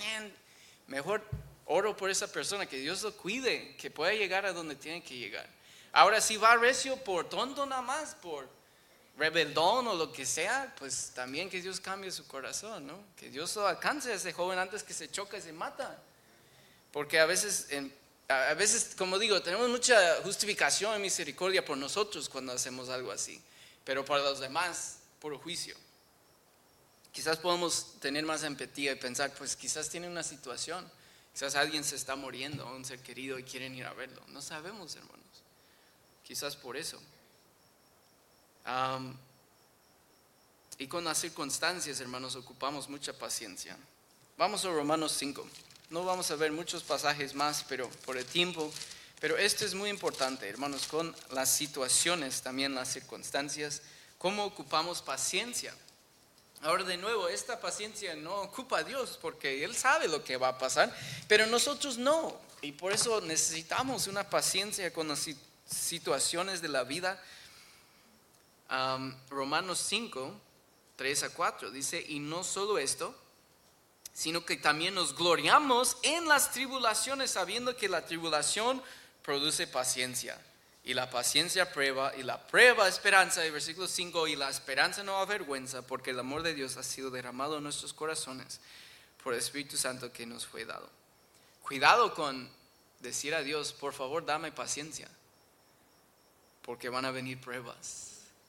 mejor oro por esa persona, que Dios lo cuide, que pueda llegar a donde tiene que llegar. Ahora si va recio por tonto nada más, por rebeldón o lo que sea, pues también que Dios cambie su corazón, ¿no? Que Dios lo alcance a ese joven antes que se choca y se mata. Porque a veces, en, a veces, como digo, tenemos mucha justificación y misericordia por nosotros cuando hacemos algo así, pero para los demás, por juicio. Quizás podemos tener más empatía y pensar, pues quizás tiene una situación, quizás alguien se está muriendo, un ser querido y quieren ir a verlo. No sabemos, hermanos. Quizás por eso. Um, y con las circunstancias, hermanos, ocupamos mucha paciencia. Vamos a Romanos cinco. No vamos a ver muchos pasajes más, pero por el tiempo. Pero esto es muy importante, hermanos, con las situaciones, también las circunstancias. ¿Cómo ocupamos paciencia? Ahora de nuevo, esta paciencia no ocupa a Dios porque Él sabe lo que va a pasar, pero nosotros no. Y por eso necesitamos una paciencia con las situaciones de la vida. Um, Romanos cinco, tres a cuatro dice, y no solo esto, sino que también nos gloriamos en las tribulaciones, sabiendo que la tribulación produce paciencia, y la paciencia prueba, y la prueba esperanza. Y versículo cinco, y la esperanza no avergüenza, porque el amor de Dios ha sido derramado en nuestros corazones por el Espíritu Santo que nos fue dado. Cuidado con decir a Dios, por favor dame paciencia, porque van a venir pruebas.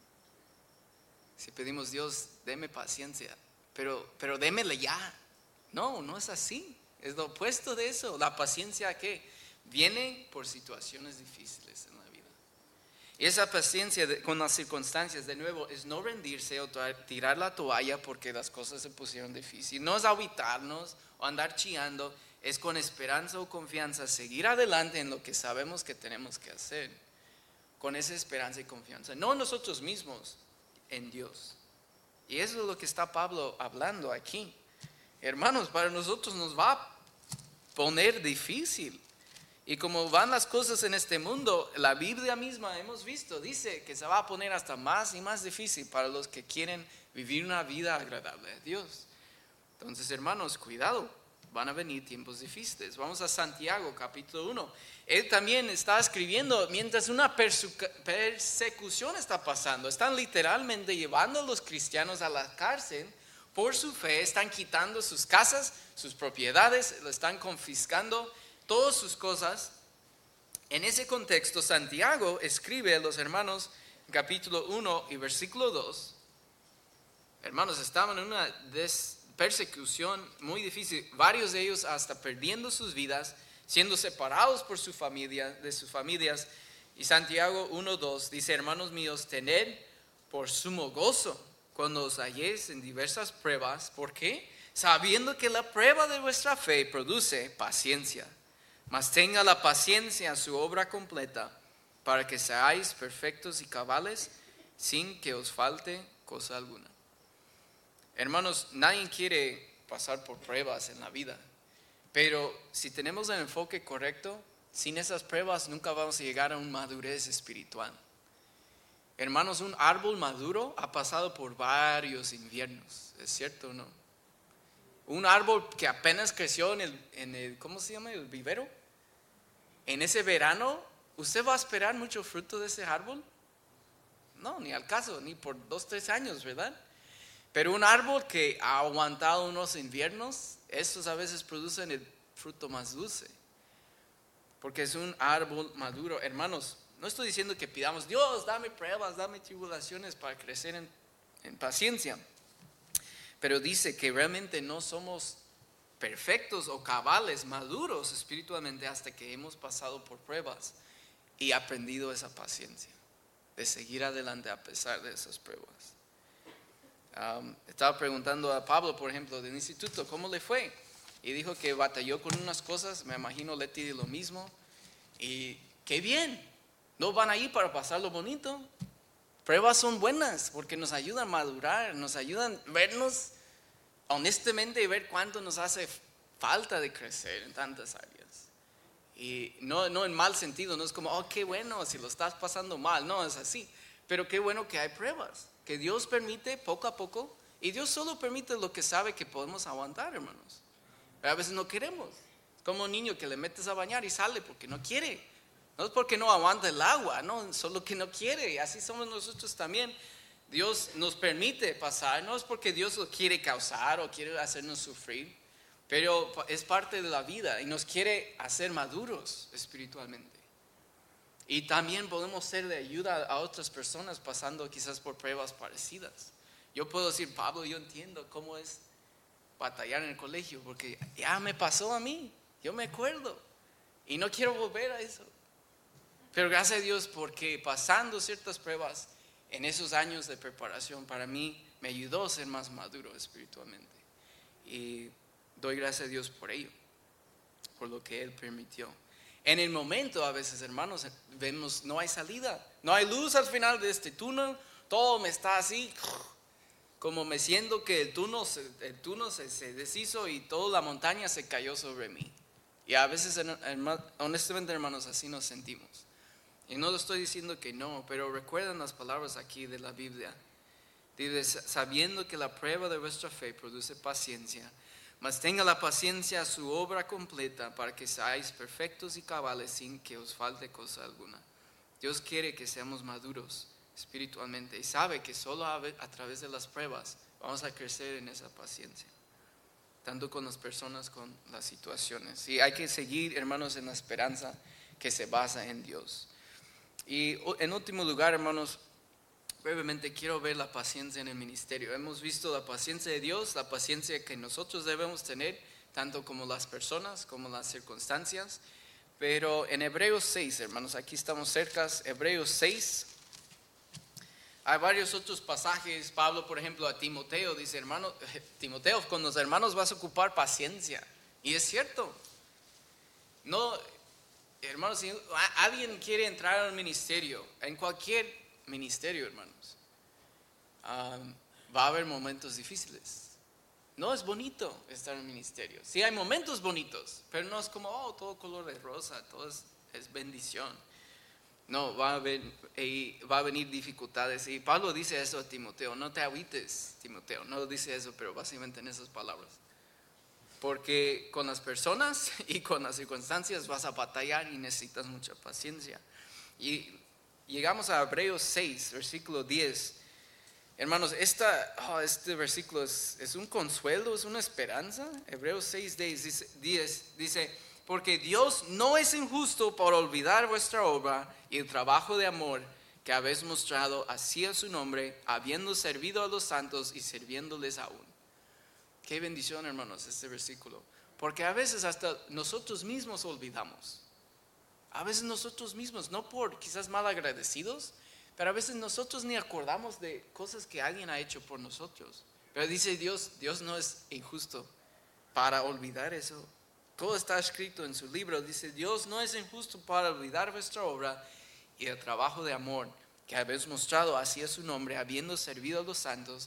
Si pedimos, Dios, deme paciencia, pero, pero démele ya. No, no es así. Es lo opuesto de eso. La paciencia que viene por situaciones difíciles en la vida. Y esa paciencia de, con las circunstancias, de nuevo, es no rendirse o tirar la toalla porque las cosas se pusieron difíciles. No es agüitarnos o andar chillando. Es con esperanza o confianza seguir adelante en lo que sabemos que tenemos que hacer. Con esa esperanza y confianza. No nosotros mismos, en Dios. Y eso es lo que está Pablo hablando aquí. Hermanos, para nosotros nos va a poner difícil. Y como van las cosas en este mundo, la Biblia misma hemos visto, dice que se va a poner hasta más y más difícil para los que quieren vivir una vida agradable a Dios. Entonces, hermanos, cuidado. Van a venir tiempos difíciles. Vamos a Santiago capítulo uno. Él también está escribiendo mientras una persecución está pasando. Están literalmente llevando a los cristianos a la cárcel por su fe. Están quitando sus casas, sus propiedades, lo están confiscando, todas sus cosas. En ese contexto, Santiago escribe a los hermanos capítulo uno y versículo dos. Hermanos, estaban en una des persecución muy difícil, varios de ellos hasta perdiendo sus vidas, siendo separados por su familia, de sus familias. Y Santiago uno dos dice, hermanos míos, tened por sumo gozo cuando os halléis en diversas pruebas. ¿Por qué? Sabiendo que la prueba de vuestra fe produce paciencia. Mas tenga la paciencia su obra completa, para que seáis perfectos y cabales, sin que os falte cosa alguna. Hermanos, nadie quiere pasar por pruebas en la vida, pero si tenemos el enfoque correcto, sin esas pruebas nunca vamos a llegar a una madurez espiritual. Hermanos, un árbol maduro ha pasado por varios inviernos, ¿es cierto o no? Un árbol que apenas creció en el, en el, ¿cómo se llama? El vivero. En ese verano, ¿usted va a esperar mucho fruto de ese árbol? No, ni al caso, ni por dos, tres años, ¿verdad? Pero un árbol que ha aguantado unos inviernos, estos a veces producen el fruto más dulce. Porque es un árbol maduro. Hermanos, no estoy diciendo que pidamos, Dios, dame pruebas, dame tribulaciones para crecer en, en paciencia. Pero dice que realmente no somos perfectos o cabales, maduros espiritualmente hasta que hemos pasado por pruebas y aprendido esa paciencia de seguir adelante a pesar de esas pruebas. Um, estaba preguntando a Pablo, por ejemplo, del instituto, ¿cómo le fue? Y dijo que batalló con unas cosas, me imagino Leti de lo mismo. Y qué bien, no van ahí para pasar lo bonito. Pruebas son buenas porque nos ayudan a madurar, nos ayudan a vernos honestamente y ver cuánto nos hace falta de crecer en tantas áreas. Y no, no en mal sentido, no es como, oh, qué bueno, si lo estás pasando mal, no es así. Pero qué bueno que hay pruebas, que Dios permite poco a poco, y Dios solo permite lo que sabe que podemos aguantar, hermanos. Pero a veces no queremos, como un niño que le metes a bañar y sale porque no quiere. No es porque no aguanta el agua, no, solo que no quiere, y así somos nosotros también. Dios nos permite pasar, no es porque Dios lo quiere causar o quiere hacernos sufrir, pero es parte de la vida y nos quiere hacer maduros espiritualmente. Y también podemos ser de ayuda a otras personas pasando quizás por pruebas parecidas. Yo puedo decir, Pablo, yo entiendo cómo es batallar en el colegio, porque ya me pasó a mí, yo me acuerdo, y no quiero volver a eso. Pero gracias a Dios porque pasando ciertas pruebas en esos años de preparación para mí me ayudó a ser más maduro espiritualmente. Y doy gracias a Dios por ello, por lo que Él permitió. En el momento a veces, hermanos, vemos no hay salida, no hay luz al final de este túnel, todo me está así, como me siento que el túnel, el túnel se, se deshizo y toda la montaña se cayó sobre mí. Y a veces, honestamente, hermanos, así nos sentimos. Y no lo estoy diciendo que no, pero recuerden las palabras aquí de la Biblia. Dice, sabiendo que la prueba de vuestra fe produce paciencia, mas tenga la paciencia su obra completa para que seáis perfectos y cabales sin que os falte cosa alguna. Dios quiere que seamos maduros espiritualmente y sabe que solo a, a través de las pruebas vamos a crecer en esa paciencia, tanto con las personas como con las situaciones. Y hay que seguir, hermanos, en la esperanza que se basa en Dios. Y en último lugar, hermanos, brevemente quiero ver la paciencia en el ministerio. Hemos visto la paciencia de Dios, la paciencia que nosotros debemos tener, tanto como las personas, como las circunstancias. Pero en Hebreos seis, hermanos, aquí estamos cerca, Hebreos seis. Hay varios otros pasajes. Pablo, por ejemplo, a Timoteo dice, hermano, Timoteo, con los hermanos vas a ocupar paciencia. Y es cierto. No, hermanos, si alguien quiere entrar al ministerio, en cualquier ministerio, hermanos, um, va a haber momentos difíciles. No es bonito estar en el ministerio. Sí hay momentos bonitos, pero no es como, oh, todo color de rosa, todo es, es bendición. No, va a, haber, eh, va a venir dificultades. Y Pablo dice eso a Timoteo, no te agüites, Timoteo. No dice eso, pero básicamente en esas palabras. Porque con las personas y con las circunstancias vas a batallar y necesitas mucha paciencia. Y llegamos a Hebreos seis, versículo diez. Hermanos, esta, oh, este versículo es, es un consuelo, es una esperanza. Hebreos seis, diez dice, porque Dios no es injusto por olvidar vuestra obra y el trabajo de amor que habéis mostrado hacia su nombre, habiendo servido a los santos y sirviéndoles aún. Qué bendición, hermanos, este versículo. Porque a veces hasta nosotros mismos olvidamos. A veces nosotros mismos, no por quizás mal agradecidos, pero a veces nosotros ni acordamos de cosas que alguien ha hecho por nosotros. Pero dice Dios, Dios no es injusto para olvidar eso. Todo está escrito en su libro. Dice, Dios no es injusto para olvidar vuestra obra y el trabajo de amor que habéis mostrado hacia su nombre, habiendo servido a los santos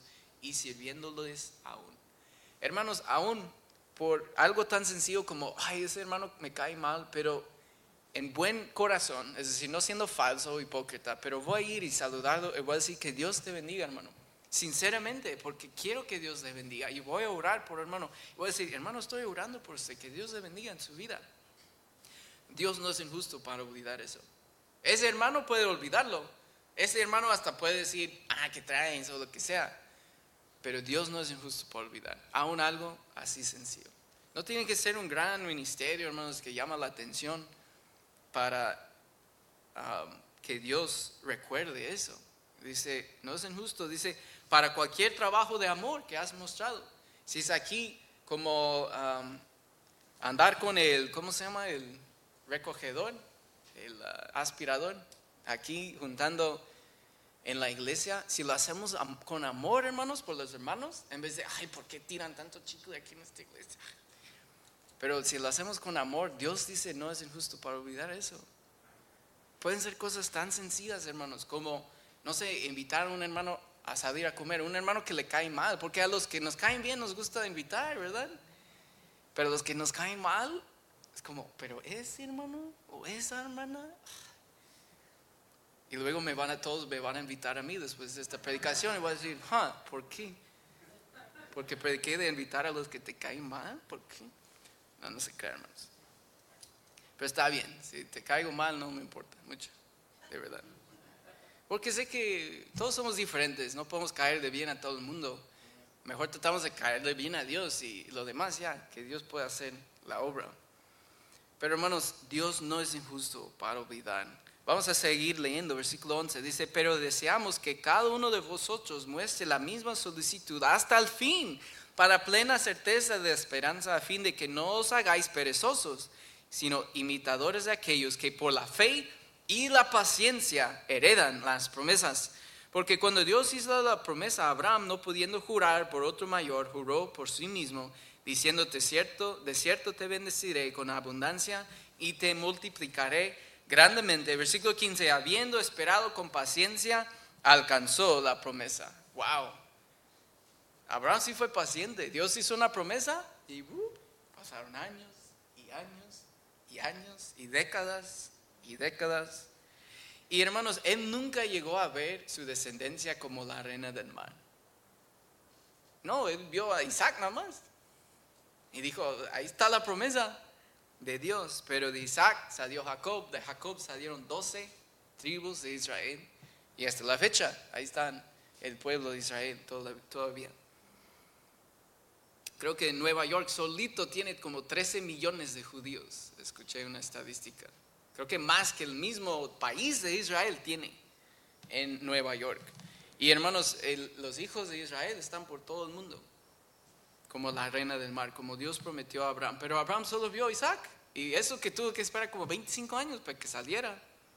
y sirviéndoles aún. Hermanos, aún por algo tan sencillo como, ay, ese hermano me cae mal, pero en buen corazón, es decir, no siendo falso o hipócrita, pero voy a ir y saludarlo y voy a decir que Dios te bendiga, hermano. Sinceramente, porque quiero que Dios le bendiga y voy a orar por hermano. Voy a decir, hermano, estoy orando por usted, que Dios le bendiga en su vida. Dios no es injusto para olvidar eso. Ese hermano puede olvidarlo. Ese hermano hasta puede decir, ah, que traes o lo que sea. Pero Dios no es injusto para olvidar. Aún algo así sencillo. No tiene que ser un gran ministerio, hermanos, que llama la atención para um, que Dios recuerde eso. Dice, no es injusto, dice, para cualquier trabajo de amor que has mostrado. Si es aquí como um, andar con el, ¿cómo se llama? El recogedor, el uh, aspirador, aquí juntando en la iglesia. Si lo hacemos am- con amor, hermanos, por los hermanos, en vez de, ay, ¿por qué tiran tanto chico de aquí en esta iglesia? Pero si lo hacemos con amor, Dios dice, no es injusto para olvidar eso. Pueden ser cosas tan sencillas, hermanos, como, no sé, invitar a un hermano a salir a comer, un hermano que le cae mal, porque a los que nos caen bien nos gusta invitar, ¿verdad? Pero los que nos caen mal, es como, pero ese hermano o esa hermana. Y luego me van a todos me van a invitar a mí después de esta predicación y voy a decir, huh, ¿por qué? Porque prediqué de invitar a los que te caen mal, ¿por qué? No, no se crean, hermanos. Pero está bien, si te caigo mal no me importa mucho, de verdad. Porque sé que todos somos diferentes, no podemos caerle bien a todo el mundo. Mejor tratamos de caerle bien a Dios y lo demás ya, que Dios pueda hacer la obra. Pero hermanos, Dios no es injusto para olvidar. Vamos a seguir leyendo, versículo once, dice, pero deseamos que cada uno de vosotros muestre la misma solicitud hasta el fin, para plena certeza de esperanza, a fin de que no os hagáis perezosos, sino imitadores de aquellos que por la fe y la paciencia heredan las promesas. Porque cuando Dios hizo la promesa a Abraham, no pudiendo jurar por otro mayor, juró por sí mismo, diciéndote cierto, de cierto te bendeciré con abundancia y te multiplicaré grandemente. Versículo quince, habiendo esperado con paciencia, alcanzó la promesa. Wow. Abraham sí fue paciente. Dios hizo una promesa y uh, pasaron años y años y años y décadas y décadas. Y hermanos, él nunca llegó a ver su descendencia como la arena del mar. No, él vio a Isaac nada más. Y dijo, ahí está la promesa de Dios. Pero de Isaac salió Jacob, de Jacob salieron doce tribus de Israel. Y hasta la fecha, ahí están el pueblo de Israel todavía. Creo que Nueva York solito tiene como trece millones de judíos. Escuché una estadística. Creo que más que el mismo país de Israel tiene en Nueva York. Y hermanos, el, los hijos de Israel están por todo el mundo, como la reina del mar, como Dios prometió a Abraham. Pero Abraham solo vio a Isaac, y eso que tuvo que esperar como veinticinco años para que saliera.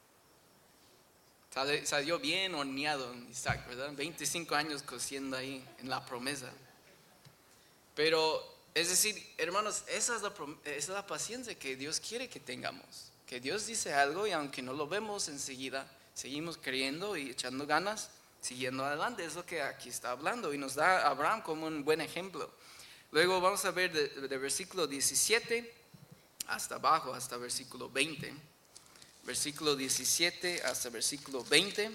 Salió bien horneado en Isaac, ¿verdad? veinticinco años cociendo ahí en la promesa. Pero, es decir, hermanos, esa es la, esa es la paciencia que Dios quiere que tengamos. Que Dios dice algo y aunque no lo vemos enseguida, seguimos creyendo y echando ganas, siguiendo adelante. Es lo que aquí está hablando y nos da a Abraham como un buen ejemplo. Luego vamos a ver de, de versículo diecisiete hasta abajo, hasta versículo veinte. Versículo diecisiete hasta versículo veinte.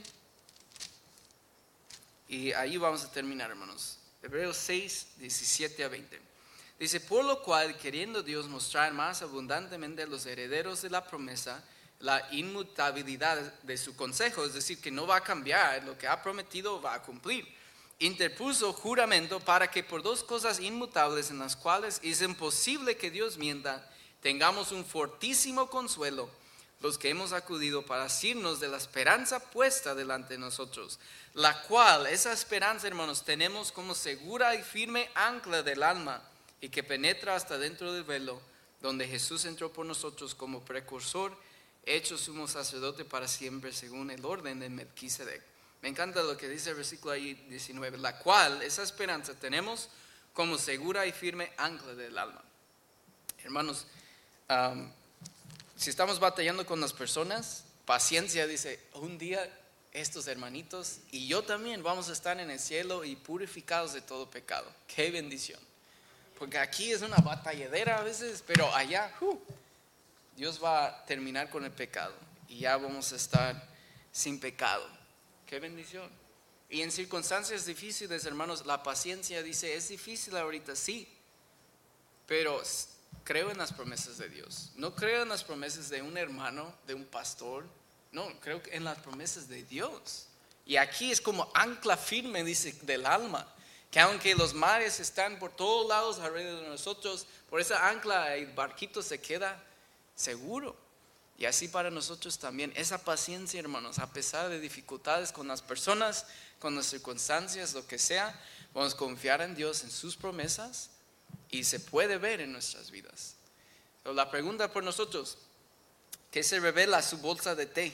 Y ahí vamos a terminar, hermanos. Hebreos seis, diecisiete a veinte. Dice, por lo cual, queriendo Dios mostrar más abundantemente a los herederos de la promesa la inmutabilidad de su consejo, es decir, que no va a cambiar, lo que ha prometido va a cumplir, interpuso juramento para que por dos cosas inmutables en las cuales es imposible que Dios mienta, tengamos un fortísimo consuelo, los que hemos acudido para asirnos de la esperanza puesta delante de nosotros, la cual, esa esperanza, hermanos, tenemos como segura y firme ancla del alma, y que penetra hasta dentro del velo, donde Jesús entró por nosotros como precursor, hecho sumo sacerdote para siempre, según el orden de Melquisedec. Me encanta lo que dice el versículo ahí diecinueve, la cual, esa esperanza, tenemos como segura y firme ancla del alma. Hermanos, um, si estamos batallando con las personas, paciencia, dice, un día estos hermanitos y yo también vamos a estar en el cielo y purificados de todo pecado. Qué bendición. Porque aquí es una batalladera a veces, pero allá uh, Dios va a terminar con el pecado y ya vamos a estar sin pecado. Qué bendición. Y en circunstancias difíciles, hermanos, la paciencia dice, es difícil ahorita, sí, pero creo en las promesas de Dios. No creo en las promesas de un hermano, de un pastor. No, creo en las promesas de Dios. Y aquí es como ancla firme, dice, del alma. Que aunque los mares están por todos lados alrededor de nosotros, por esa ancla el barquito se queda seguro. Y así para nosotros también, esa paciencia, hermanos, a pesar de dificultades con las personas, con las circunstancias, lo que sea, vamos a confiar en Dios, en sus promesas, y se puede ver en nuestras vidas. Pero la pregunta por nosotros, ¿qué se revela a su bolsa de té?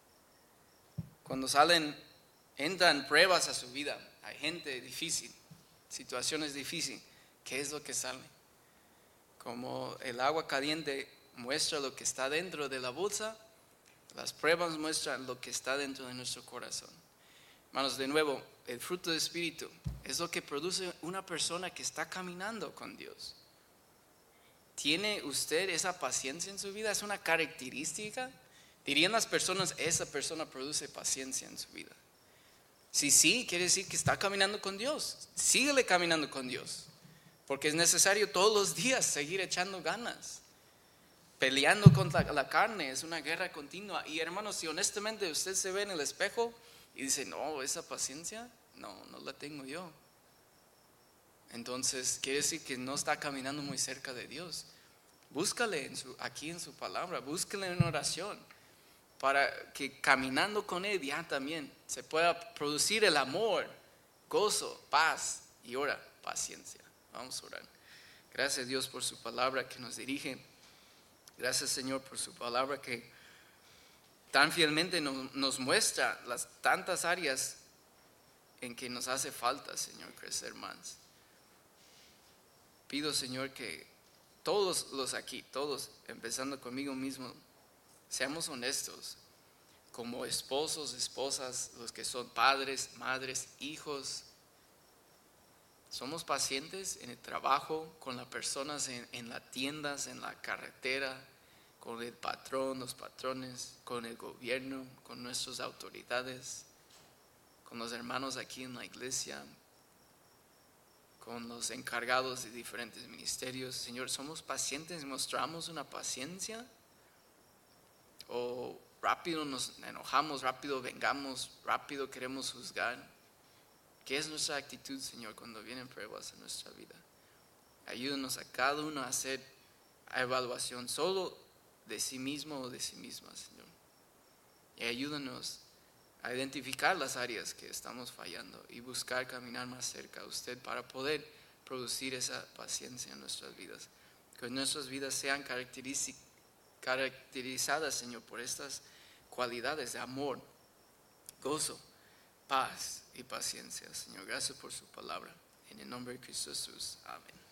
Cuando salen, entran pruebas a su vida, hay gente difícil, situaciones difíciles, ¿qué es lo que sale? Como el agua caliente muestra lo que está dentro de la bolsa, las pruebas muestran lo que está dentro de nuestro corazón. Hermanos, de nuevo, el fruto del Espíritu es lo que produce una persona que está caminando con Dios. ¿Tiene usted esa paciencia en su vida? ¿Es una característica? Dirían las personas, esa persona produce paciencia en su vida. Si sí, quiere decir que está caminando con Dios. Síguele caminando con Dios. Porque es necesario todos los días seguir echando ganas. Peleando contra la carne, es una guerra continua. Y hermanos, si honestamente usted se ve en el espejo y dice, no, esa paciencia, no, no la tengo yo. Entonces quiere decir que no está caminando muy cerca de Dios. Búscale en su, aquí en su palabra, búscale en oración, para que caminando con Él ya también se pueda producir el amor, gozo, paz y ahora paciencia. Vamos a orar. Gracias Dios por su palabra que nos dirige. Gracias Señor por su palabra que tan fielmente nos, nos muestra las tantas áreas en que nos hace falta, Señor, crecer más. Pido, Señor, que todos los aquí, todos, empezando conmigo mismo, seamos honestos como esposos, esposas, los que son padres, madres, hijos. Somos pacientes en el trabajo, con las personas en, en las tiendas, en la carretera, con el patrón, los patrones, con el gobierno, con nuestras autoridades, con los hermanos aquí en la iglesia, con los encargados de diferentes ministerios. Señor, ¿somos pacientes? ¿Mostramos una paciencia? ¿O rápido nos enojamos, rápido vengamos, rápido queremos juzgar? ¿Qué es nuestra actitud, Señor, cuando vienen pruebas en nuestra vida? Ayúdanos a cada uno a hacer evaluación solo de sí mismo o de sí misma, Señor. Y ayúdanos a identificar las áreas que estamos fallando y buscar caminar más cerca a usted para poder producir esa paciencia en nuestras vidas. Que nuestras vidas sean caracterizadas, Señor, por estas cualidades de amor, gozo, paz y paciencia. Señor, gracias por su palabra. En el nombre de Cristo Jesús. Amén.